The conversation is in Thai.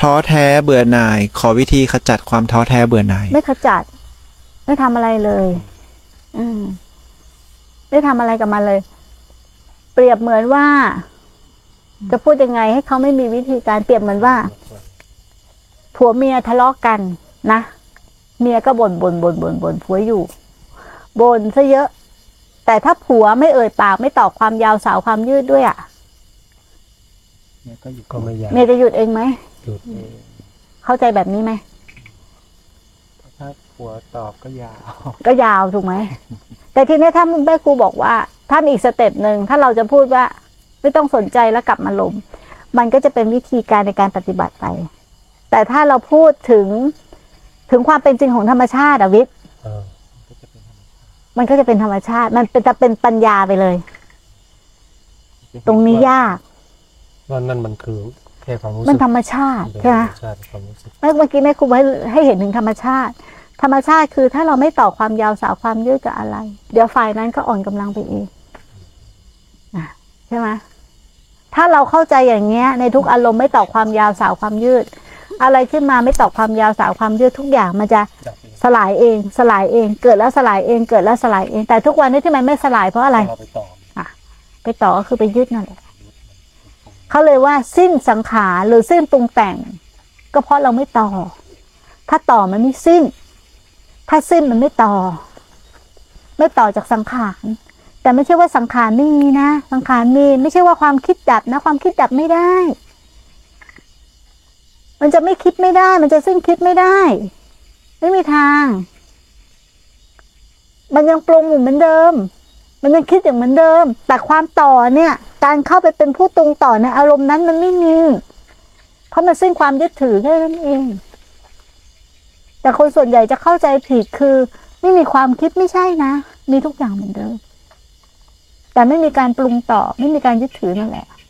ท้อแท้เบื่อหน่ายขอวิธีขจัดความท้อแท้เบื่อหน่ายไม่ขจัดไม่ทำอะไรเลยไม่ทำอะไรกับมันเลยเปรียบเหมือนว่าจะพูดยังไงให้เขาไม่มีวิธีการเปรียบเหมือนว่าผัวเมียทะเลาะกันนะเมียก็บ่นผัวอยู่บ่นซะเยอะแต่ถ้าผัวไม่เอ่ยปากไม่ตอบความยาวสาวความยืดด้วยเมียก็หยุดก็ไม่ยาวเมียจะหยุดเองไหมหยุดเข้าใจแบบนี้ไหมถ้าผัวตอบก็ยาวถูกไหมแต่ทีนี้ถ้าแม่ครูบอกว่าถ้ามีอีกสเต็ปหนึ่งถ้าเราจะพูดว่าไม่ต้องสนใจแล้วกลับมาลมมันก็จะเป็นวิธีการในการปฏิบัติไปแต่ถ้าเราพูดถึงความเป็นจริงของธรรมชาติอะวิทย์มันก็จะเป็นธรรมชาติมันจะเป็นปัญญาไปเลยตรงนี้ยากนั่นมันคือแค่ความรู้สึกมันธรรมชาติใช่ไหมเมื่อกี้แม่ครูให้เห็นถึงธรรมชาติคือถ้าเราไม่ต่อความยาวสาวความยืดกับอะไรเดี๋ยวฝ่ายนั้นก็อ่อนกำลังไปเองใช่ไหมถ้าเราเข้าใจอย่างเงี้ยในทุกอารมณ์ไม่ต่อความยาวสาวความยืดอะไรขึ้นมาไม่ต่อความยาวสาวความยืดทุกอย่างมันจะสลายเองเกิดแล้วสลายเองแต่ทุกวันนี้ที่มันไม่สลายเพราะอะไรไปต่อก็คือไปยึดนั่นแหละเขาเลยว่าสิ้นสังขารหรือสิ้นปรุงแต่งก็เพราะเราไม่ต่อถ้าต่อมันไม่สิ้นถ้าสิ้นมันไม่ต่อจากสังขารแต่ไม่ใช่ว่าสังขารไม่มีนะสังขารมีไม่ใช่ว่าความคิดดับนะความคิดดับไม่ได้มันจะไม่คิดไม่ได้มันจะสิ้นคิดไม่ได้ไม่มีทางมันยังปรุงอยู่เหมือนเดิมมันยังคิดอย่างเหมือนเดิมแต่ความต่อเนี่ยการเข้าไปเป็นผู้ตรงต่อในอารมณ์นั้นมันไม่มีเพราะมันสิ้นความยึดถือแค่นั้นเองแต่คนส่วนใหญ่จะเข้าใจผิดคือไม่มีความคิดไม่ใช่นะมีทุกอย่างเหมือนเดิมแต่ไม่มีการปรุงต่อไม่มีการยึดถือนั่นแหละ